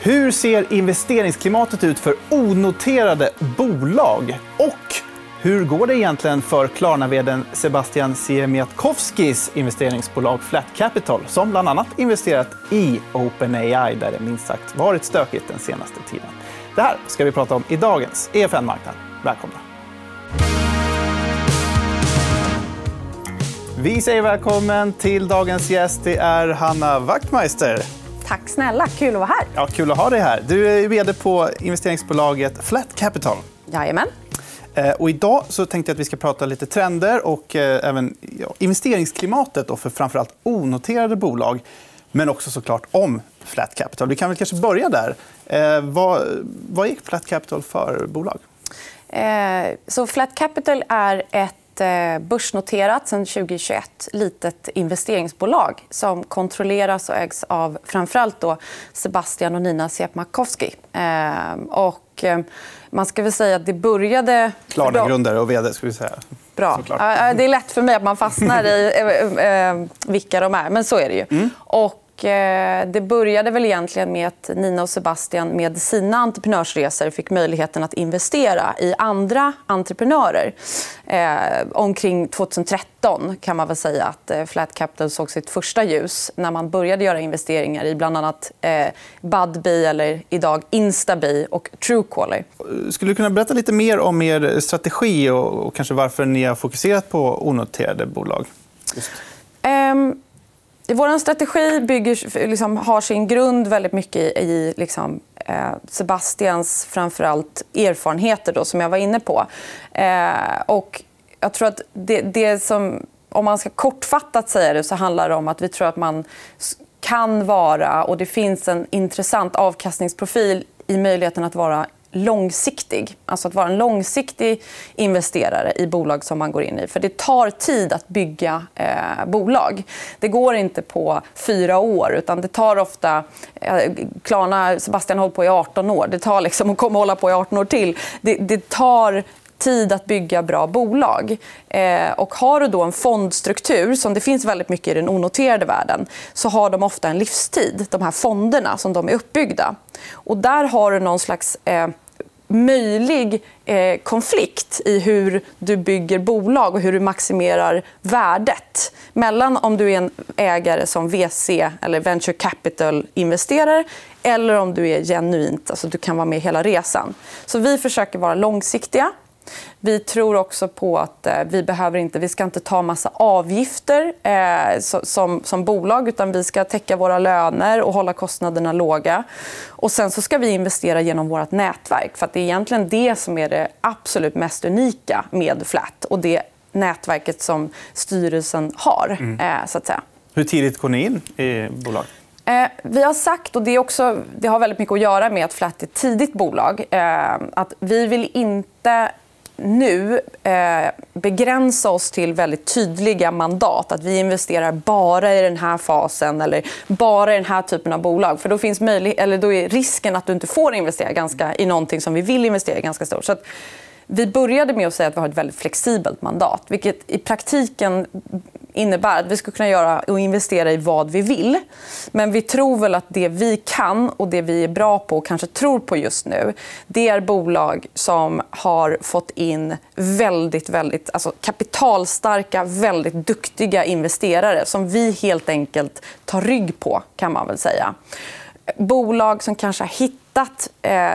Hur ser investeringsklimatet ut för onoterade bolag? Och hur går det egentligen för Klarna-vd:n Sebastian Siemiatkowskis investeringsbolag Flat Capital som bland annat investerat i OpenAI där det minst sagt varit stökigt den senaste tiden? Det här ska vi prata om i dagens EFN-marknad. Välkomna! Vi säger välkommen till dagens gäst. Det är Hanna Wachtmeister. Tack snälla, kul att vara här. Ja, kul att ha dig här. Du är vd på investeringsbolaget Flat Capital. Jajamän. Och idag så tänkte jag att vi ska prata lite trender och även investeringsklimatet och för framförallt onoterade bolag. Men också såklart om Flat Capital. Vi kan väl kanske börja där. Vad är Flat Capital för bolag? Så Flat Capital är ett börsnoterat sedan 2021 litet investeringsbolag som kontrolleras och ägs av framförallt då Sebastian och Nina Siemiatkowski. Och man ska väl säga att det började... Klarna-grundare och vd, ska vi säga. Bra. Det är lätt för mig att man fastnar i vilka de är, men så är det ju. Och det började väl egentligen med att Nina och Sebastian med sina entreprenörsresor fick möjligheten att investera i andra entreprenörer. Omkring 2013 kan man väl säga att Flat Capital såg sitt första ljus när man började göra investeringar i bland annat Budbee eller idag Instabee och Truecaller. Skulle du kunna berätta lite mer om er strategi och kanske varför ni har fokuserat på onoterade bolag? Vår strategi har sin grund väldigt mycket i Sebastians framförallt erfarenheter då, som jag var inne på. Och jag tror att det som, om man ska kortfattat säga det, så handlar det om att vi tror att man kan vara, och det finns en intressant avkastningsprofil i möjligheten att vara långsiktig. Alltså att vara en långsiktig investerare i bolag som man går in i. För det tar tid att bygga bolag. Det går inte på 4 år, utan det tar ofta... Klarna, Sebastian har hållit på i 18 år. Det tar och kommer hålla på i 18 år till. Det tar tid att bygga bra bolag. Och har du då en fondstruktur, som det finns väldigt mycket i den onoterade världen, så har de ofta en livstid, de här fonderna som de är uppbyggda. Och där har du någon slags möjlig konflikt i hur du bygger bolag och hur du maximerar värdet mellan om du är en ägare som VC eller venture capital-investerare eller om du är genuint, alltså du kan vara med hela resan. Så vi försöker vara långsiktiga. Vi tror också på att vi ska inte ta massa avgifter som bolag, utan vi ska täcka våra löner och hålla kostnaderna låga. Och sen så ska vi investera genom vårt nätverk, för att det är egentligen det som är det absolut mest unika med Flat och det nätverket som styrelsen har, så att säga. Hur tidigt går ni in i bolag? Vi har sagt, och det har väldigt mycket att göra med att Flat är ett tidigt bolag, att vi vill inte nu begränsa oss till väldigt tydliga mandat. Att vi investerar bara i den här fasen eller bara i den här typen av bolag. För då finns då är risken att du inte får investera i någonting som vi vill investera i ganska stor. Så att vi började med att säga att vi har ett väldigt flexibelt mandat, vilket i praktiken innebär att vi ska kunna göra och investera i vad vi vill. Men vi tror väl att det vi kan och det vi är bra på och kanske tror på just nu, det är bolag som har fått in väldigt kapitalstarka, väldigt duktiga investerare som vi helt enkelt tar rygg på, kan man väl säga. Bolag som kanske har hittat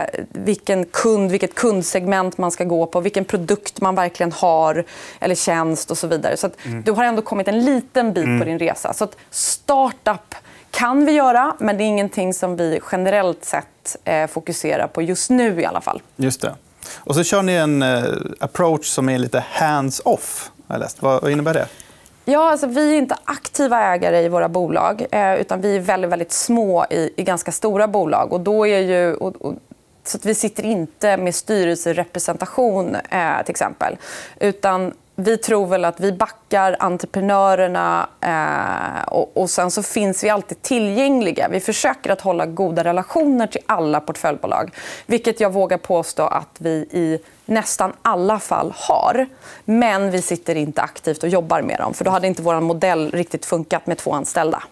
vilket kundsegment man ska gå på, vilken produkt man verkligen har eller tjänst och så vidare. Så att du har ändå kommit en liten bit på din resa. Så att startup kan vi göra, men det är ingenting som vi generellt sett fokuserar på just nu i alla fall. Just det. Och så kör ni en approach som är lite hands-off. Vad innebär det? Ja, alltså, vi är inte aktiva ägare i våra bolag, utan vi är väldigt, väldigt små i ganska stora bolag. Och då är så att vi sitter inte med styrelserepresentation till exempel. Utan vi tror väl att vi backar entreprenörerna och sen så finns vi alltid tillgängliga. Vi försöker att hålla goda relationer till alla portföljbolag, vilket jag vågar påstå att vi i nästan alla fall har. Men vi sitter inte aktivt och jobbar med dem, för då hade inte vår modell riktigt funkat med 2 anställda.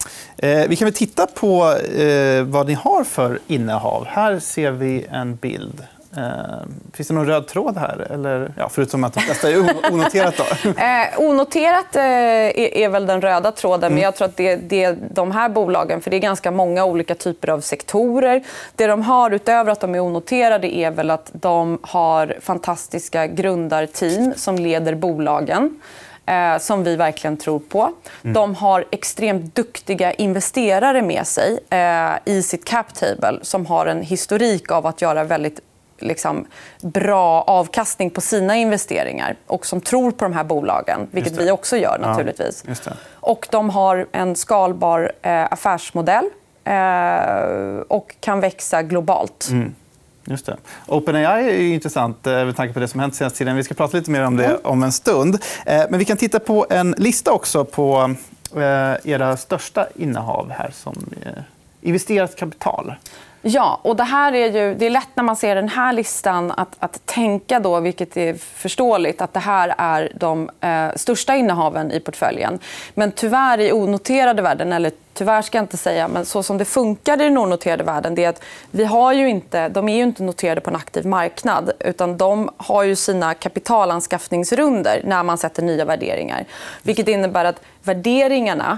Vi kan väl titta på vad ni har för innehav. Här ser vi en bild. Finns det någon röd tråd här? Eller, förutom att det flesta är onoterat. Då. Onoterat är väl den röda tråden, men jag tror att det de här bolagen, för det är ganska många olika typer av sektorer. Det de har utöver att de är onoterade är väl att de har fantastiska grundarteam som leder bolagen. Som vi verkligen tror på. De har extremt duktiga investerare med sig i sitt cap table som har en historik av att göra väldigt bra avkastning på sina investeringar och som tror på de här bolagen, vilket vi också gör naturligtvis. Ja, just det. Och de har en skalbar affärsmodell och kan växa globalt. Just det. OpenAI är intressant med tanke på det som hänt senaste tiden. Vi ska prata lite mer om det om en stund. Men vi kan titta på en lista också på era största innehav här som investerat kapital. Ja, och det är lätt när man ser den här listan att tänka då, vilket är förståeligt, att det här är de största innehaven i portföljen. Men tyvärr i onoterade världen, eller tyvärr ska jag inte säga, men så som det funkar i den onoterade världen, det är att de är ju inte noterade på en aktiv marknad, utan de har ju sina kapitalanskaffningsrunder när man sätter nya värderingar. Vilket innebär att värderingarna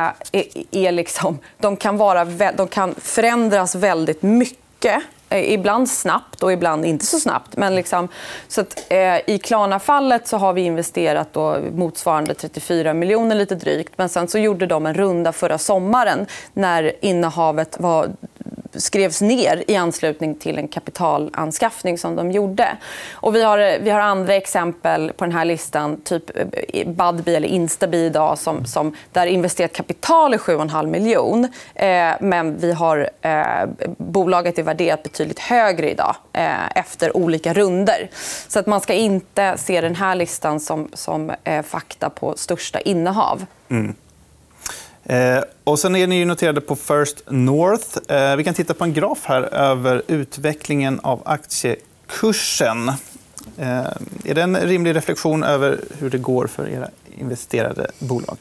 de kan förändras väldigt mycket. Ibland snabbt och ibland inte så snabbt. Men så att, i Klarna-fallet så har vi investerat då motsvarande 34 miljoner lite drygt. Men sen så gjorde de en runda förra sommaren när innehavet skrevs ner i anslutning till en kapitalanskaffning som de gjorde. Och vi har andra exempel på den här listan, typ Budbee eller Instabi idag, som där investerat kapital i 7,5 miljon. Men bolaget är värderat betydligt högre idag efter olika runder. Så att man ska inte se den här listan som fakta på största innehav. Och sen är ni noterade på First North. Vi kan titta på en graf här över utvecklingen av aktiekursen. Är det en rimlig reflektion över hur det går för era investerade bolag?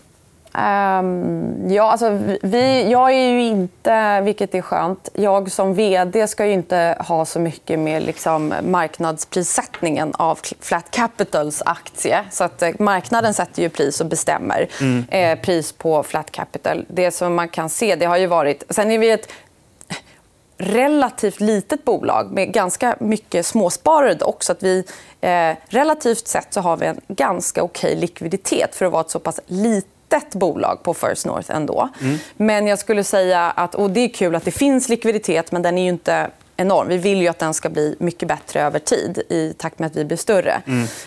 Jag är ju inte, vilket är skönt, jag som vd ska ju inte ha så mycket med marknadsprissättningen av Flat Capitals aktie. Så att marknaden sätter ju pris och bestämmer pris på Flat Capital. Det som man kan se, det har ju varit... Sen är vi ett relativt litet bolag med ganska mycket småsparare också. Att vi relativt sett så har vi en ganska okej likviditet för att vara ett så pass litet bolag på First North ändå. Men jag skulle säga att, och det är kul att det finns likviditet, men den är ju inte enorm. Vi vill ju att den ska bli mycket bättre över tid i takt med att vi blir större.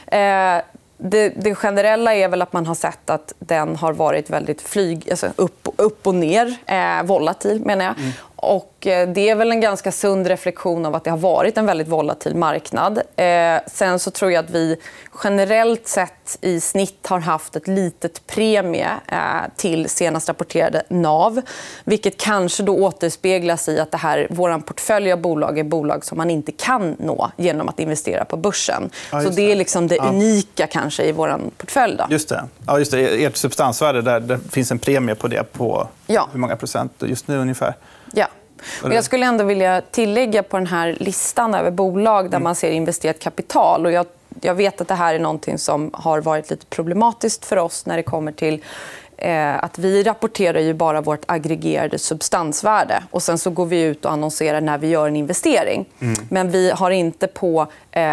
Det generella är väl att man har sett att den har varit väldigt upp och ner, volatil menar jag. Och det är väl en ganska sund reflektion av att det har varit en väldigt volatil marknad. Sen så tror jag att vi generellt sett i snitt har haft ett litet premie till senast rapporterade NAV. Vilket kanske då återspeglas i att vår portfölj av bolag är bolag som man inte kan nå genom att investera på börsen. Så det är det unika kanske i vår portfölj. Då. Just det. Ja, just det. Ert substansvärde, där det finns en premie på det på hur många procent just nu ungefär? Ja. Men jag skulle ändå vilja tillägga på den här listan över bolag där man ser investerat kapital. Och jag vet att det här är någonting som har varit lite problematiskt för oss när det kommer till att vi rapporterar ju bara vårt aggregerade substansvärde. Och sen så går vi ut och annonserar när vi gör en investering. Men vi har inte på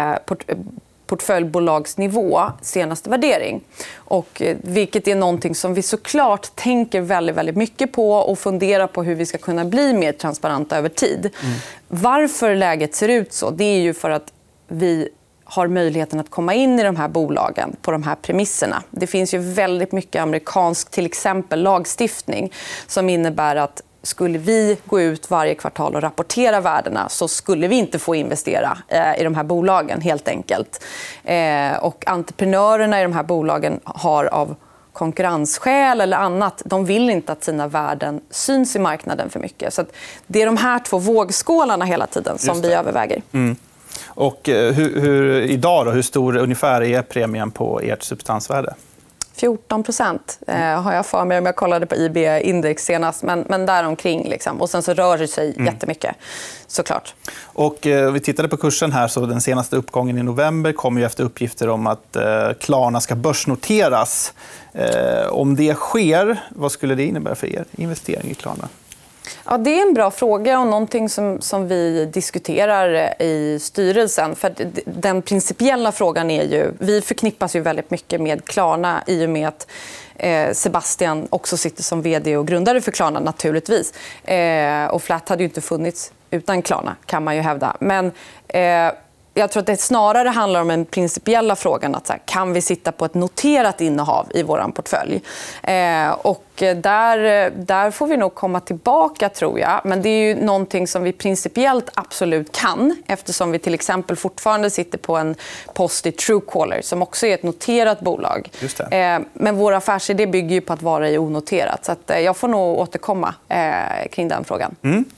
portföljbolagsnivå senaste värdering. Och vilket är någonting som vi såklart tänker väldigt, väldigt mycket på och funderar på hur vi ska kunna bli mer transparenta över tid. Varför läget ser ut så, det är ju för att vi har möjligheten att komma in i de här bolagen på de här premisserna. Det finns ju väldigt mycket amerikansk, till exempel lagstiftning, som innebär att skulle vi gå ut varje kvartal och rapportera värdena så skulle vi inte få investera i de här bolagen helt enkelt. Och entreprenörerna i de här bolagen har av konkurrensskäl eller annat, de vill inte att sina värden syns i marknaden för mycket. Så att det är de här två vågskålarna hela tiden som vi överväger. Och hur idag då, hur stor ungefär är premien på ert substansvärde? 14% har jag för mig om jag kollade på IB-index senast. Men däromkring. Liksom. Och sen så rör det sig jättemycket, såklart. Och vi tittade på kursen här, så den senaste uppgången i november kom ju efter uppgifter om att Klarna ska börsnoteras. Om det sker, vad skulle det innebära för er investering i Klarna? Ja, det är en bra fråga och någonting som vi diskuterar i styrelsen. För den principiella frågan är ju... Vi förknippas ju väldigt mycket med Klarna i och med att Sebastian också sitter som vd och grundare för Klarna, naturligtvis. Och Flat hade ju inte funnits utan Klarna, kan man ju hävda. Men jag tror att det snarare handlar om den principiella frågan att kan vi sitta på ett noterat innehav i vår portfölj. Och där får vi nog komma tillbaka, tror jag. Men det är ju någonting som vi principiellt absolut kan, eftersom vi till exempel fortfarande sitter på en post i Truecaller som också är ett noterat bolag. Just det. Men vår affärsidé bygger ju på att vara i onoterat. Så att jag får nog återkomma kring den frågan.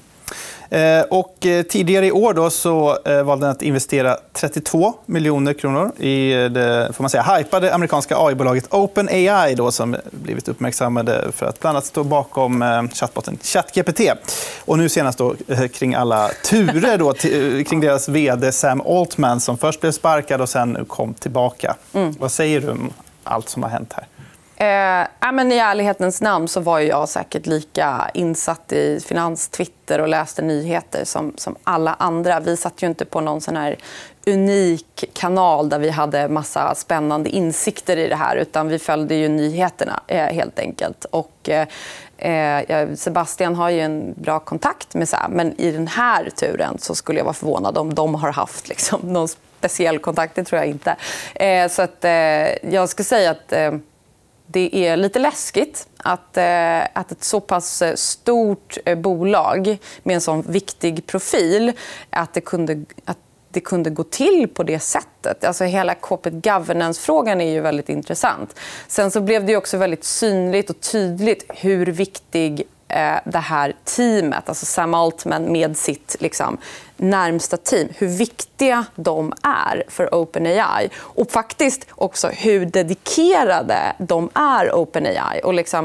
Och tidigare i år då så valde den att investera 32 miljoner kronor i det, får man säga, hypade amerikanska AI-bolaget OpenAI då, som blivit uppmärksammade för att bland annat stå bakom chatbotten ChatGPT. Och nu senast då kring alla turer då, kring deras vd Sam Altman som först blev sparkad och sen kom tillbaka. Vad säger du om allt som har hänt här? Men i ärlighetens namn så var jag säkert lika insatt i finanstwitter och läste nyheter som alla andra. Vi satt ju inte på någon sån här unik kanal där vi hade massa spännande insikter i det här, utan vi följde ju nyheterna helt enkelt. Och Sebastian har ju en bra kontakt med Sam, men i den här turen så skulle jag vara förvånad om de har haft liksom någon speciell kontakt. Det tror jag inte. Så att jag skulle säga att det är lite läskigt att ett så pass stort bolag med en sån viktig profil att det kunde gå till på det sättet. Alltså hela corporate governance-frågan är ju väldigt intressant. Sen så blev det ju också väldigt synligt och tydligt hur viktig det här teamet, alltså Sam Altman med sitt liksom närmsta team, hur viktiga de är för OpenAI och faktiskt också hur dedikerade de är OpenAI. Och liksom,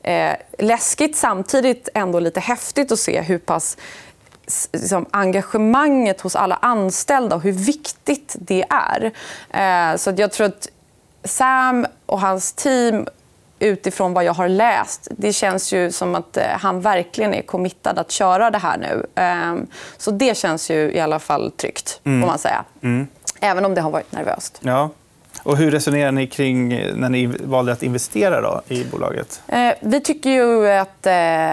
läskigt samtidigt ändå lite häftigt att se hur pass liksom, engagemanget hos alla anställda och hur viktigt det är. Så jag tror att Sam och hans team, utifrån vad jag har läst, det känns ju som att han verkligen är committad att köra det här nu. Så det känns ju i alla fall tryggt, får man säga. Även om det har varit nervöst. Ja. Och hur resonerar ni kring när ni valde att investera då i bolaget? Vi tycker ju att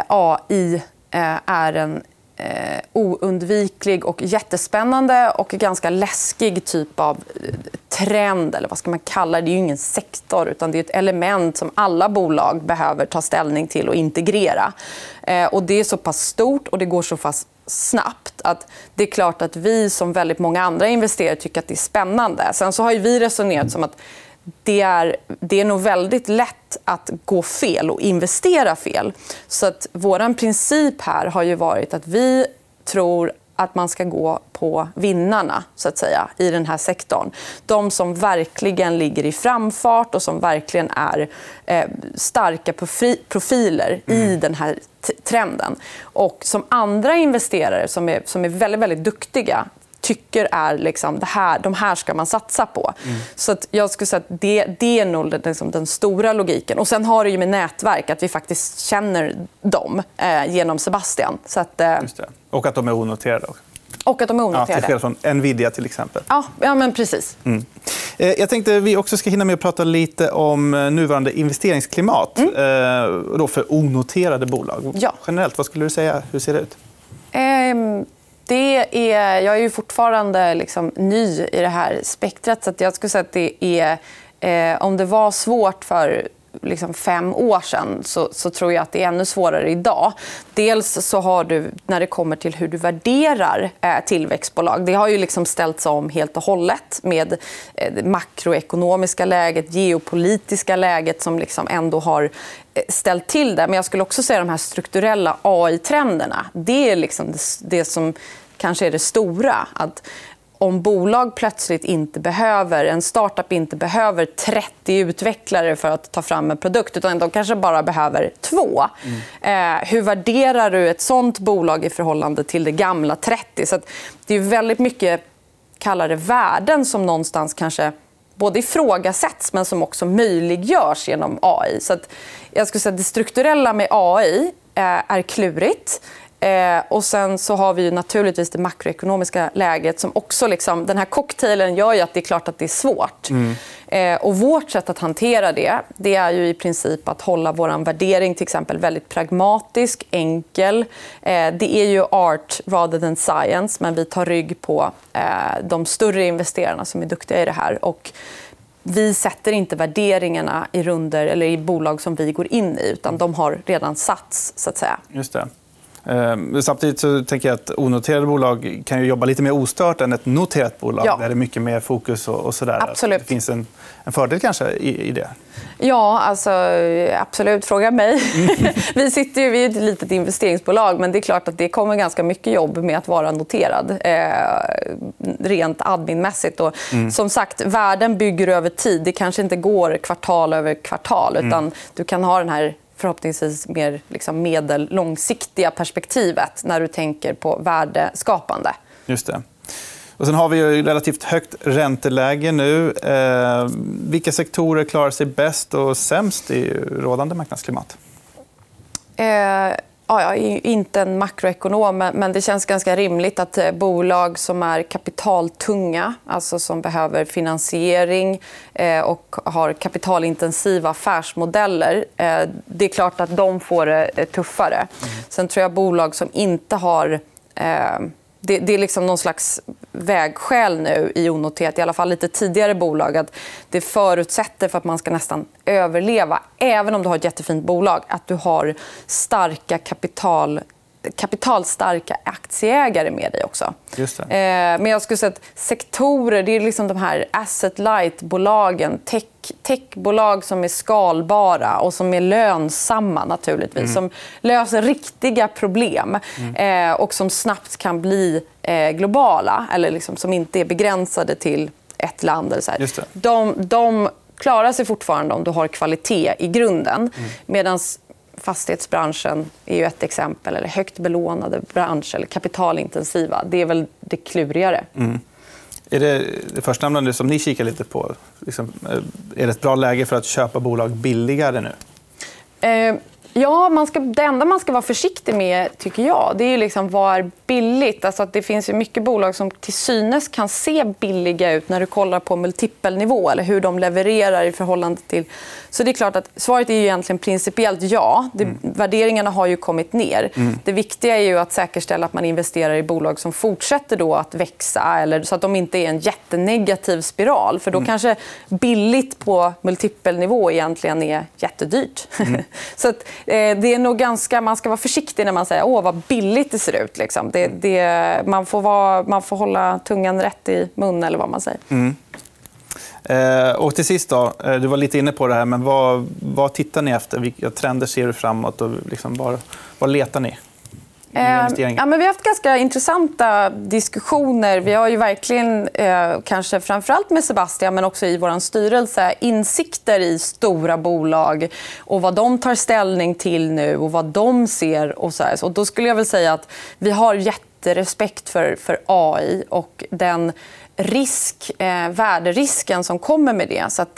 AI är en oundviklig och jättespännande och ganska läskig typ av trend, eller vad ska man kalla det? Det är ju ingen sektor, utan det är ett element som alla bolag behöver ta ställning till och integrera. Och det är så pass stort och det går så pass snabbt att det är klart att vi som väldigt många andra investerare tycker att det är spännande. Sen så har ju vi resonerat som att det är nog väldigt lätt att gå fel och investera fel. Så att vår princip här har ju varit att vi tror att man ska gå på vinnarna, så att säga, i den här sektorn. De som verkligen ligger i framfart och som verkligen är starka profiler i den här trenden. Och som andra investerare som är väldigt, väldigt duktiga tycker är liksom de här ska man satsa på. Så att jag skulle säga att det är nog liksom den stora logiken. Och sen har det ju med nätverk att vi faktiskt känner dem genom Sebastian. Så att, Just det. Och att de är onoterade också. Och att de är onoterade. Ja, till skillnad från Nvidia till exempel. Ja, men precis. Jag tänkte vi också ska hinna med att prata lite om nuvarande investeringsklimat då för onoterade bolag. Ja. Generellt, vad skulle du säga? Hur ser det ut? Jag är ju fortfarande liksom ny i det här spektrat, så att jag skulle säga att det är, om det var svårt för liksom 5 år sedan så tror jag att det är ännu svårare idag. Dels så har du, när det kommer till hur du värderar tillväxtbolag, det har ju liksom ställts om helt och hållet med det makroekonomiska läget, geopolitiska läget som liksom ändå har ställt till det. Men jag skulle också säga de här strukturella AI-trenderna. Det är liksom det som kanske är det stora. Att om bolag plötsligt en startup inte behöver 30 utvecklare för att ta fram en produkt, utan de kanske bara behöver 2. Hur värderar du ett sånt bolag i förhållande till det gamla 30? Så att det är väldigt mycket kallare värden som någonstans kanske både ifrågasätts men som också möjliggörs genom AI. Så att jag skulle säga att det strukturella med AI är klurigt. Och sen så har vi ju naturligtvis det makroekonomiska läget som också liksom, den här cocktailen gör ju att det är klart att det är svårt. Och vårt sätt att hantera det är ju i princip att hålla vår värdering till exempel väldigt pragmatisk, enkel. Det är ju art rather than science, men vi tar rygg på de större investerarna som är duktiga i det här. Och vi sätter inte värderingarna i runder eller i bolag som vi går in i, utan de har redan satts, så att säga. Just det. Samtidigt så tänker jag att onoterade bolag kan ju jobba lite mer ostört än ett noterat bolag där det är mycket mer fokus och sådär. Absolut. Det finns en fördel kanske i det. Ja, alltså, absolut. Fråga mig. Vi sitter ju vid ett litet investeringsbolag, men det är klart att det kommer ganska mycket jobb med att vara noterad rent adminmässigt. Och, som sagt, värden bygger över tid. Det kanske inte går kvartal över kvartal, utan du kan ha den här förhoppningsvis mer liksom medellångsiktiga perspektivet när du tänker på värdeskapande. Just det. Och sen har vi ju relativt högt ränteläge nu. Vilka sektorer klarar sig bäst och sämst i rådande marknadsklimat? Jag är inte en makroekonom, men det känns ganska rimligt att bolag som är kapitaltunga, alltså som behöver finansiering och har kapitalintensiva affärsmodeller, det är klart att de får det tuffare. Sen tror jag bolag som inte har... Det är liksom någon slags vägskäl nu i onoterat, i alla fall lite tidigare bolag, att det förutsätter för att man ska nästan överleva, även om du har ett jättefint bolag, att du har starka kapitalstarka aktieägare med dig också. Just det. Men jag skulle säga att sektorer, det är liksom de här asset light-bolagen, techbolag som är skalbara och som är lönsamma naturligtvis, som löser riktiga problem och som snabbt kan bli globala eller liksom som inte är begränsade till ett land eller så här. Just det. De klarar sig fortfarande om du har kvalitet i grunden, medan fastighetsbranschen är ju ett exempel, eller högt belånade branscher eller kapitalintensiva. Det är väl det klurigare. Är det första som ni kikar lite på? Liksom, är det ett bra läge för att köpa bolag billigare nu? Ja, det enda man ska vara försiktig med, tycker jag, det är ju liksom vad är billigt. Alltså att det finns ju mycket bolag som till synes kan se billiga ut när du kollar på multipelnivå eller hur de levererar i förhållande till... Så det är klart att svaret är ju egentligen principiellt ja. Värderingarna har ju kommit ner. Det viktiga är ju att säkerställa att man investerar i bolag som fortsätter då att växa, eller så att de inte är en jättenegativ spiral. För då kanske billigt på multipelnivå egentligen är jättedyrt. Så att, det är nog man ska vara försiktig när man säger vad billigt det ser ut. Liksom. Man får hålla tungan rätt i mun, eller vad man säger. Och till sist då, du var lite inne på det här, men vad tittar ni efter? Vilka trender ser du framåt och liksom vad letar ni? Ja, men vi har haft ganska intressanta diskussioner. Vi har ju verkligen, kanske framförallt med Sebastian, men också i vår styrelse, insikter i stora bolag och vad de tar ställning till nu och vad de ser. Och så här. Och då skulle jag väl säga att vi har jätterespekt för AI och den värderisken som kommer med det. Så att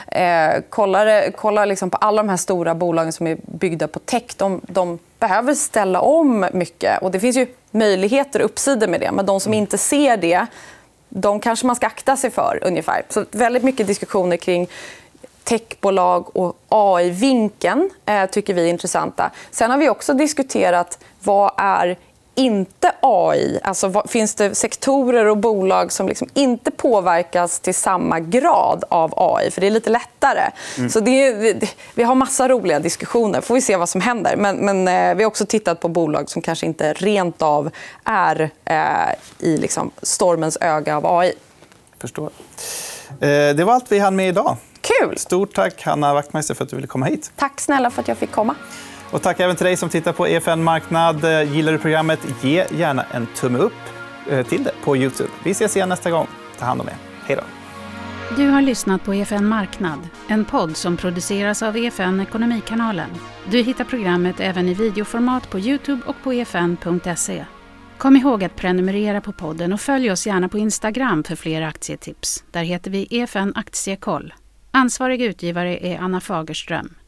kolla liksom på alla de här stora bolagen som är byggda på tech. De behöver ställa om mycket. Och det finns ju möjligheter och uppsidor med det. Men de som inte ser det, de kanske man ska akta sig för ungefär. Så väldigt mycket diskussioner kring techbolag och AI-vinkeln tycker vi är intressanta. Sen har vi också diskuterat vad är inte AI. Alltså, finns det sektorer och bolag som liksom inte påverkas till samma grad av AI? För det är lite lättare. Så vi har massa roliga diskussioner. Får vi se vad som händer. Men vi har också tittat på bolag som kanske inte rent av är i liksom stormens öga av AI. Förstår. Det var allt vi hann med idag. Kul! Stort tack, Hanna Wachtmeister, för att du ville komma hit. Tack snälla för att jag fick komma. Och tack även till dig som tittar på EFN Marknad. Gillar du programmet, ge gärna en tumme upp. till det på YouTube. Vi ses igen nästa gång. Ta hand om er. Hej då. Du har lyssnat på EFN Marknad, en podd som produceras av EFN Ekonomikanalen. Du hittar programmet även i videoformat på YouTube och på efn.se. Kom ihåg att prenumerera på podden och följ oss gärna på Instagram för fler aktietips. Där heter vi EFN Aktiekoll. Ansvarig utgivare är Anna Fagerström.